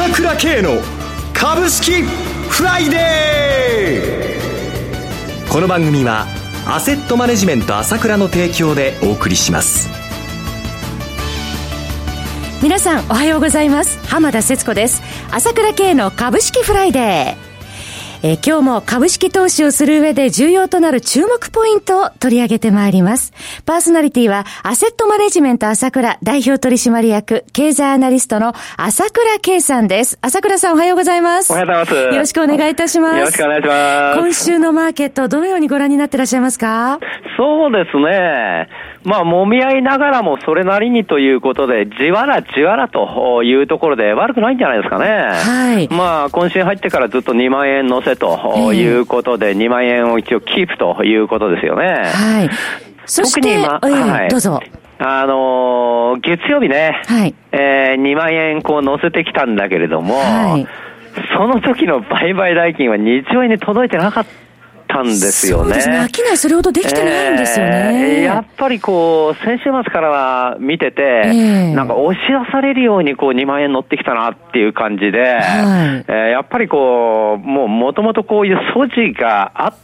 朝倉慶の株式フライデー。この番組はアセットマネジメント朝倉の提供でお送りします。 皆さんおはようございます。浜田節子です。朝倉慶の株式フライデー。今日も株式投資をする上で重要となる注目ポイントを取り上げてまいります。パーソナリティはアセットマネジメント朝倉代表取締役経済アナリストの朝倉慶さんです。朝倉さんおはようございます。 おはようございます。 よろしくお願いいたします。 よろしくお願いします。 今週のマーケットどのようにご覧になっていらっしゃいますか？ そうですね。揉み合いながらもそれなりにということで、じわらじわらというところで悪くないんじゃないですかね。 はい。 今週入ってからずっと2万円乗せということで、2万円を一応キープということですよね。 はい。そして、はい、どうぞ。 月曜日ね、 はい。 2万円こう乗せてきたんだけれども、 はい。 その時の売買代金は2兆円に届いてなかったんですよね。 そうですね。商いそれほどできてないんですよね。 やっぱりこう、先週末からは見てて、なんか押し出されるようにこう2万円乗ってきたなっていう感じで、はい、やっぱりこう、もともとこういう素地があって、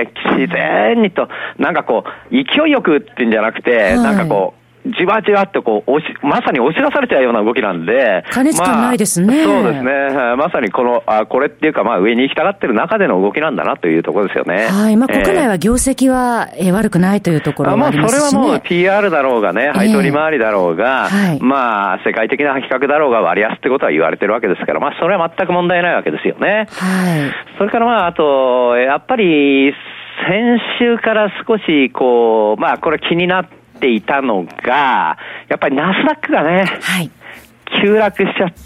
自然にと、なんかこう、勢いよくってんじゃなくて、はい、なんかこう、じわじわってこうまさに押し出されたような動きなんで。 過熱感ないですね。 そうですね。まさにこれっていうか上に行きたがってる中での動きなんだなというところですよね。 はい。国内は業績は悪くないというところもありますしね。 それはもう PR だろうがね、配当利回りだろうが、世界的な比較だろうが割安ってことは言われてるわけですから、それは全く問題ないわけですよね。 はい。 それからあと、やっぱり先週から少しこう、これ気になっていたのが、やっぱりナスダックがね、はい、急落しちゃって、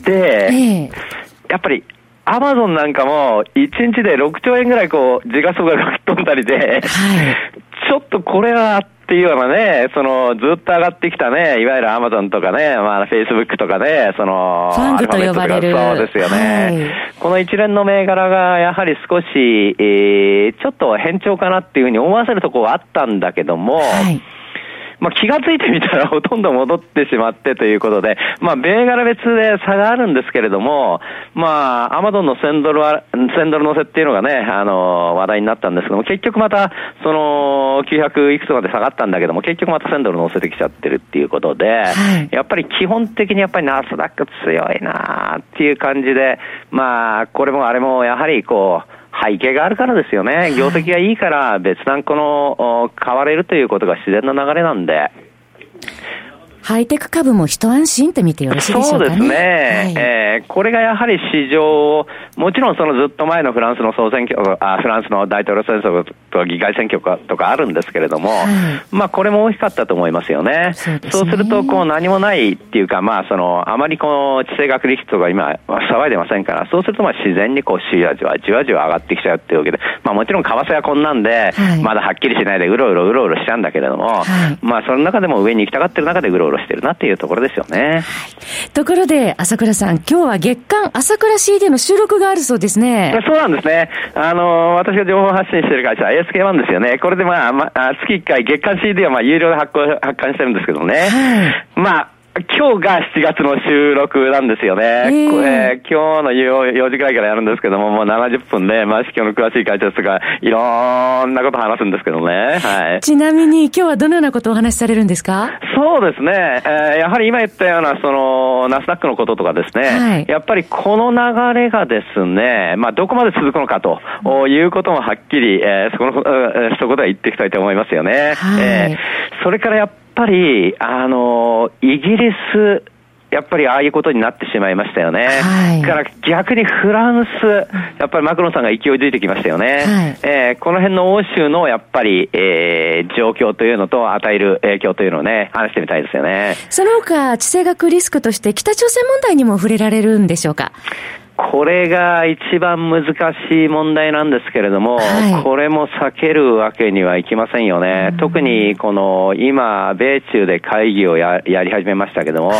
やっぱりアマゾンなんかも1日で6兆円ぐらいこう時価総額が吹っ飛んだりで、はい、ちょっとこれはっていうようなね、ずっと上がってきたね、いわゆるアマゾンとかね、フェイスブックとかね、 ファングと呼ばれる。 そうですよね。はい、この一連の銘柄がやはり少し、ちょっと変調かなっていうふうに思わせるところがあったんだけども、はい気がついてみたらほとんど戻ってしまってということで、銘柄別で差があるんですけれども、アマゾンの1000ドル乗せっていうのがね、話題になったんですけども、結局また、900いくつまで下がったんだけども、結局また1000ドル乗せてきちゃってるっていうことで、はい、やっぱり基本的にやっぱりナスダック強いなっていう感じで、これもあれもやはりこう、背景があるからですよね。業績がいいから別段買われるということが自然な流れなんで。 ハイテク株も一安心って見てよろしいでしょうかね。 そうですね。はい、これがやはり市場、もちろんずっと前のフランスの総選挙、フランスの大統領選挙と議会選挙とかあるんですけれども、はい、これも大きかったと思いますよね。そうすると、何もないっていうか、あまり地政学リスクとか今、騒いでませんから、そうすると自然にじわじわ上がってきちゃうっていうわけで、もちろん為替はこんなんで、はい、まだはっきりしないでうろうろしちゃうんだけれども、はい、その中でも上に行きたがってる中でうろうろしてるなっていうところですよね。はい、 ところで朝倉さん、今日は月間朝倉 CD の収録があるそうですね。 そうなんですね。私が情報発信している会社 ASK1 ですよね。これで月1回月間 CD は有料で発刊してるんですけどね。はい、今日が7月の収録なんですよね。今日の4時くらいからやるんですけども、もう70分で、今日の詳しい解説とか、いろんなこと話すんですけどね。はい。 ちなみに今日はどのようなことをお話しされるんですか？そうですね。やはり今言ったような、ナスダックのこととかですね。はい、やっぱりこの流れがですね、どこまで続くのかということもはっきり、そこでは言っていきたいと思いますよね。はい。それからやっぱり、イギリス、やっぱりああいうことになってしまいましたよね。はい。から逆にフランス、やっぱりマクロンさんが勢いづいてきましたよね。はい。この辺の欧州のやっぱり、状況というのと与える影響というのをね、話してみたいですよね。 その他、地政学リスクとして北朝鮮問題にも触れられるんでしょうか？ これが一番難しい問題なんですけれども、はい、これも避けるわけにはいきませんよね。特に今、米中で会議をやり始めましたけども、はい、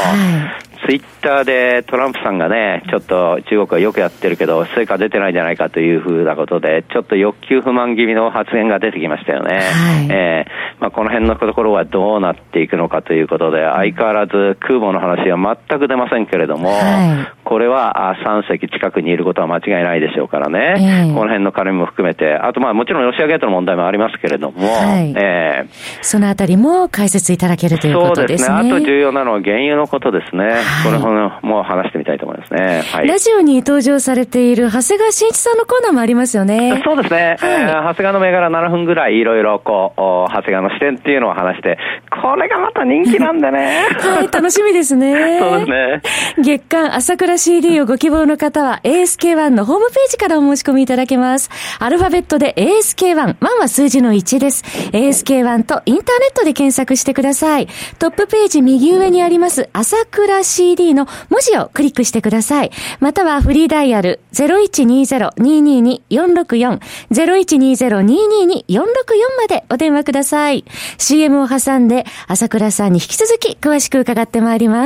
ツイッターでトランプさんがね、ちょっと中国はよくやってるけど、成果出てないんじゃないかというふうなことで、ちょっと欲求不満気味の発言が出てきましたよね。はい、この辺のところはどうなっていくのかということで、相変わらず空母の話は全く出ませんけれども、はい、 これは3隻近くにいることは間違いないでしょうからね。この辺の絡みも含めて、あともちろんロシアゲートの問題もありますけれども、 そのあたりも解説いただけるということですね。 そうですね。あと重要なのは原油のことですね。これも話してみたいと思いますね。 ラジオに登場されている長谷川慎一さんのコーナーもありますよね。 そうですね。長谷川の銘柄7分ぐらいいろいろ長谷川の視点っていうのを話して、これがまた人気なんでね。 楽しみですね。 そうですね。 月刊朝倉 CD をご希望の方は ASK1 のホームページからお申し込みいただけます。アルファベットで ASK1、1は数字の1です。ASK1 とインターネットで検索してください。トップページ右上にあります朝倉 CD の文字をクリックしてください。またはフリーダイヤル 0120-222-464 0120-222-464 までお電話ください。CM を挟んで朝倉さんに引き続き詳しく伺ってまいります。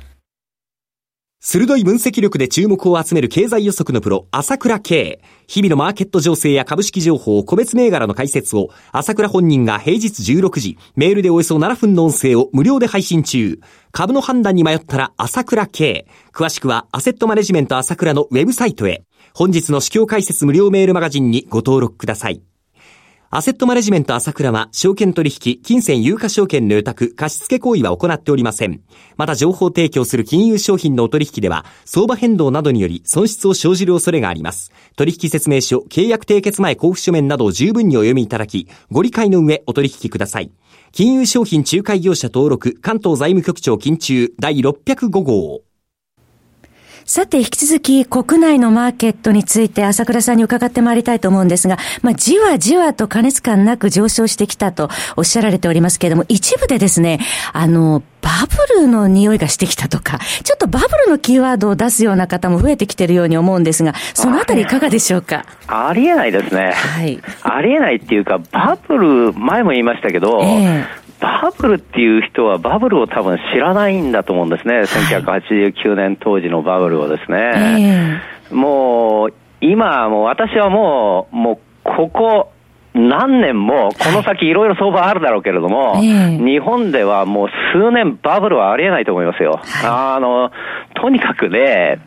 鋭い分析力で注目を集める経済予測のプロ、朝倉慶。日々のマーケット情勢や株式情報、個別銘柄の解説を、朝倉本人が平日16時、メールでおよそ7分の音声を無料で配信中。株の判断に迷ったら朝倉慶。詳しくは、アセットマネジメント朝倉のウェブサイトへ。本日の市況解説無料メールマガジンにご登録ください。アセットマネジメント朝倉は、証券取引、金銭有価証券の予託、貸付行為は行っておりません。また情報提供する金融商品のお取引では、相場変動などにより損失を生じる恐れがあります。取引説明書、契約締結前交付書面などを十分にお読みいただき、ご理解の上お取引ください。金融商品仲介業者登録、関東財務局長金中第605号。 さて、引き続き国内のマーケットについて朝倉さんに伺ってまいりたいと思うんですが、じわじわと過熱感なく上昇してきたとおっしゃられておりますけれども、一部でですね、バブルの匂いがしてきたとか、ちょっとバブルのキーワードを出すような方も増えてきているように思うんですが、そのあたりいかがでしょうか。 ありえないですね。ありえないっていうか、バブル、前も言いましたけど、バブルっていう人はバブルを多分知らないんだと思うんですね。1989年当時のバブルをですね。もう、今、私はもうここ何年も、この先いろいろ相場あるだろうけれども、日本ではもう数年バブルはありえないと思いますよ。とにかくね、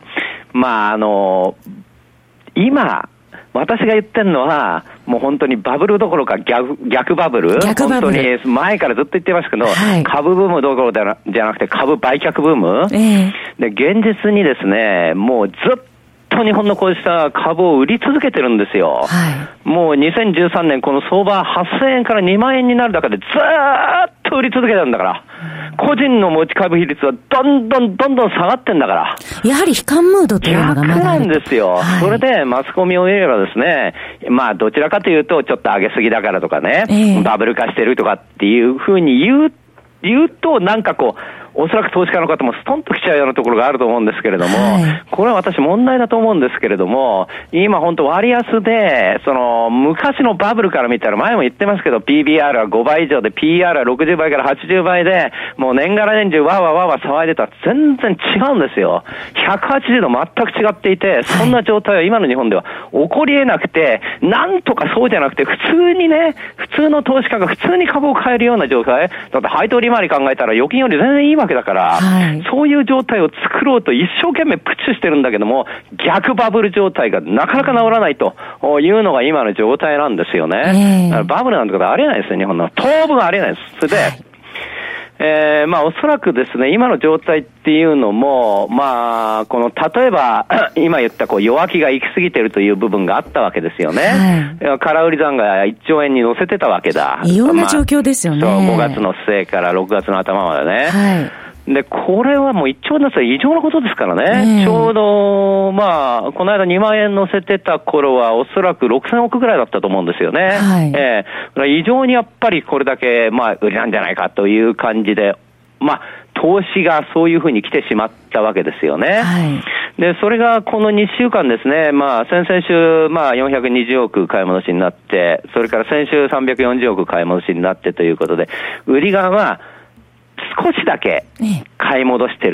今、私が言ってるのは、もう本当にバブルどころか逆バブル。本当に前からずっと言ってますけど、株ブームどころじゃなくて株売却ブーム。で、現実にですね、もうずっと日本のこうした株を売り続けてるんですよ。もう2013年この相場8000円から2万円になる中でずーっと売り続けてるんだから。個人の持ち株比率はどんどん下がってんだから。 やはり悲観ムードというのがまだある。 逆なんですよ。それでマスコミを見ればですね、どちらかというとちょっと上げすぎだからとかね、バブル化してるとかっていうふうに言うとなんかおそらく投資家の方もストンと来ちゃうようなところがあると思うんですけれども、これは私問題だと思うんですけれども、今本当割安で、昔のバブルから見たら前も言ってますけど、PBR は5倍以上で、PR は60倍から80倍で、もう年がら年中わー騒いでたら全然違うんですよ。180度全く違っていて、そんな状態は今の日本では起こり得なくて、なんとかそうじゃなくて、普通にね、普通の投資家が普通に株を買えるような状態、だって配当利回り考えたら預金より全然いいわけだから、そういう状態を作ろうと一生懸命プッシュしてるんだけども、逆バブル状態がなかなか治らないというのが今の状態なんですよね。だからバブルなんてことはありえないですよ、日本の。当分はありえないです。それで、おそらくですね、今の状態っていうのも、例えば、今言った弱気が行き過ぎてるという部分があったわけですよね。空売り残が1兆円に乗せてたわけだ。 異様な状況ですよね。 5月の末から6月の頭までね。で、これはもう1兆円だったら異常なことですからね。ちょうど、この間2万円乗せてた頃はおそらく6000億ぐらいだったと思うんですよね。異常にやっぱりこれだけ、売りなんじゃないかという感じで、投資がそういうふうに来てしまったわけですよね。で、それがこの2週間ですね、先々週、420億買い戻しになって、それから先週340億買い戻しになってということで、売り側は少しだけ買い戻してるっ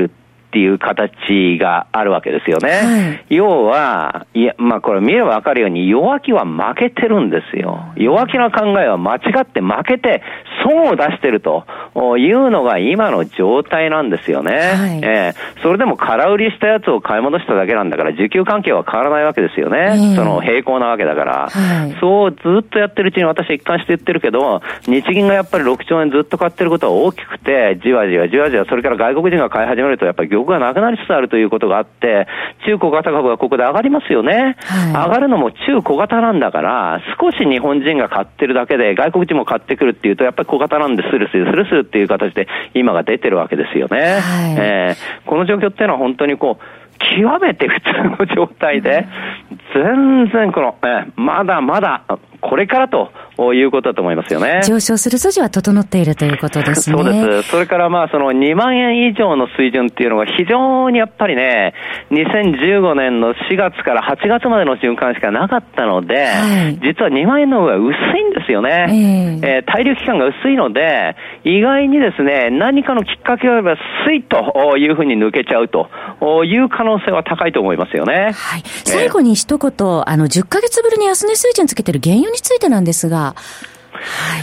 っていう形があるわけですよね。はい、要は、これ見ればわかるように弱気は負けてるんですよ。弱気な考えは間違って負けて損を出してるというのが今の状態なんですよね。はい、それでも空売りしたやつを買い戻しただけなんだから需給関係は変わらないわけですよね。その平行なわけだから。はい、そうずっとやってるうちに私は一貫して言ってるけど、日銀がやっぱり6兆円ずっと買ってることは大きくて、じわじわ、それから外国人が買い始めるとやっぱり玉がなくなりつつあるということがあって、中小型株がここで上がりますよね。はい、上がるのも中小型なんだから、少し日本人が買ってるだけで外国人も買ってくるっていうと、やっぱり小型なんでスルスルっていう形で今が出てるわけですよね。はい、この状況っていうのは本当に極めて普通の状態で、全然まだまだこれからということだと思いますよね。 上昇する筋は整っているということですね。 そうです。それからその2万円以上の水準っていうのが非常にやっぱりね、2015年の4月から8月までの循環しかなかったので、はい、実は2万円の方が薄いんですよね。滞留期間が薄いので、意外にですね、何かのきっかけがあればスイッというふうに抜けちゃうという可能性は高いと思いますよね。はい、 最後に一言、10ヶ月ぶりに安値水準つけてる原油についてなんですが、はい、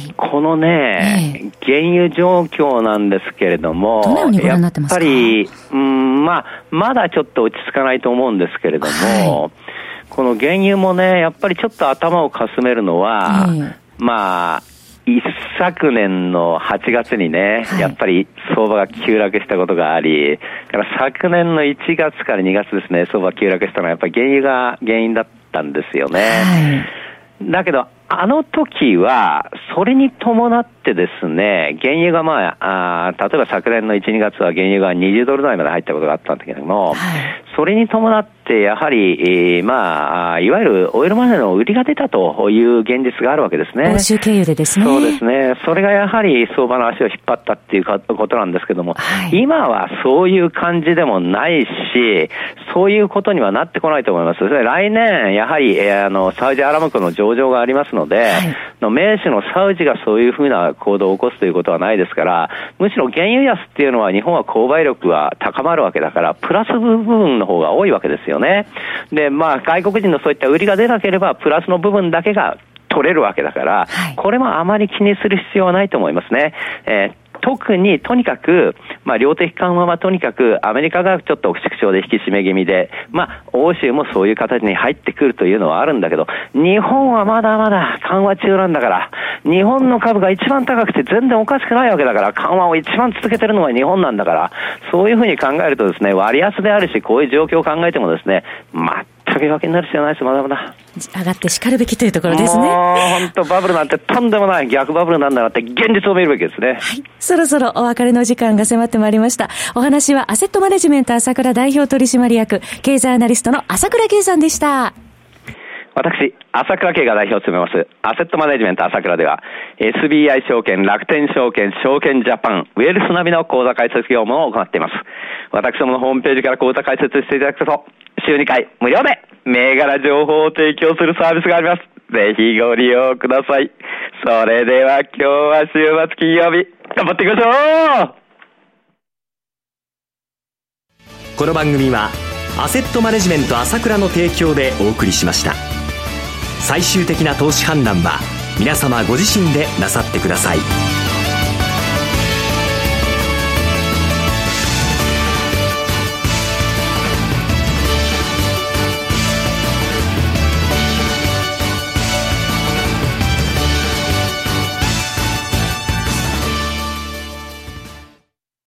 このね、原油状況なんですけれども、 どのようにご覧になってますか？ やっぱり、まだちょっと落ち着かないと思うんですけれども、はい、この原油もね、やっぱりちょっと頭をかすめるのは、一昨年の8月にね、はい、やっぱり相場が急落したことがあり、から昨年の1月から2月ですね、相場が急落したのはやっぱり原油が原因だったんですよね。はい、だけど、あの時は、それに伴ってですね、原油が例えば昨年の1、2月は原油が20ドル台まで入ったことがあったんだけども、はい、それに伴って、やはり、いわゆるオイルマネーの売りが出たという現実があるわけですね。 欧州経由でですね。 そうですね。それがやはり相場の足を引っ張ったっていうことなんですけども、はい、今はそういう感じでもないし、そういうことにはなってこないと思います。来年、やはり、サウジアラムコの上場がありますので、はい、名手のサウジがそういうふうな行動を起こすということはないですから、むしろ原油安っていうのは日本は購買力が高まるわけだから、プラス部分の方が多いわけですよね。で、外国人のそういった売りが出なければ、プラスの部分だけが取れるわけだから、はい、これもあまり気にする必要はないと思いますね。特にとにかく、量的緩和はとにかくアメリカがちょっと縮小で引き締め気味で、欧州もそういう形に入ってくるというのはあるんだけど、日本はまだまだ緩和中なんだから、日本の株が一番高くて全然おかしくないわけだから、緩和を一番続けてるのは日本なんだから、そういうふうに考えるとですね、割安であるし、こういう状況を考えてもですね、全くわけになる必要ないです。まだまだ上がって叱るべきというところですね。 もう本当バブルなんてとんでもない逆バブルなんだなって現実を見るべきですね。はい、 そろそろお別れの時間が迫ってまいりました。お話はアセットマネジメント朝倉代表取締役経済アナリストの朝倉圭さんでした。 私、朝倉圭が代表を務めますアセットマネジメント朝倉では SBI 証券、楽天証券、証券ジャパン、ウェルスナビの口座開設業務を行っています。私どものホームページから口座開設していただくと週2回無料で銘柄情報を提供するサービスがあります。ぜひご利用ください。それでは今日は週末金曜日頑張っていきましょう。 この番組はアセットマネジメント朝倉の提供でお送りしました。最終的な投資判断は皆様ご自身でなさってください。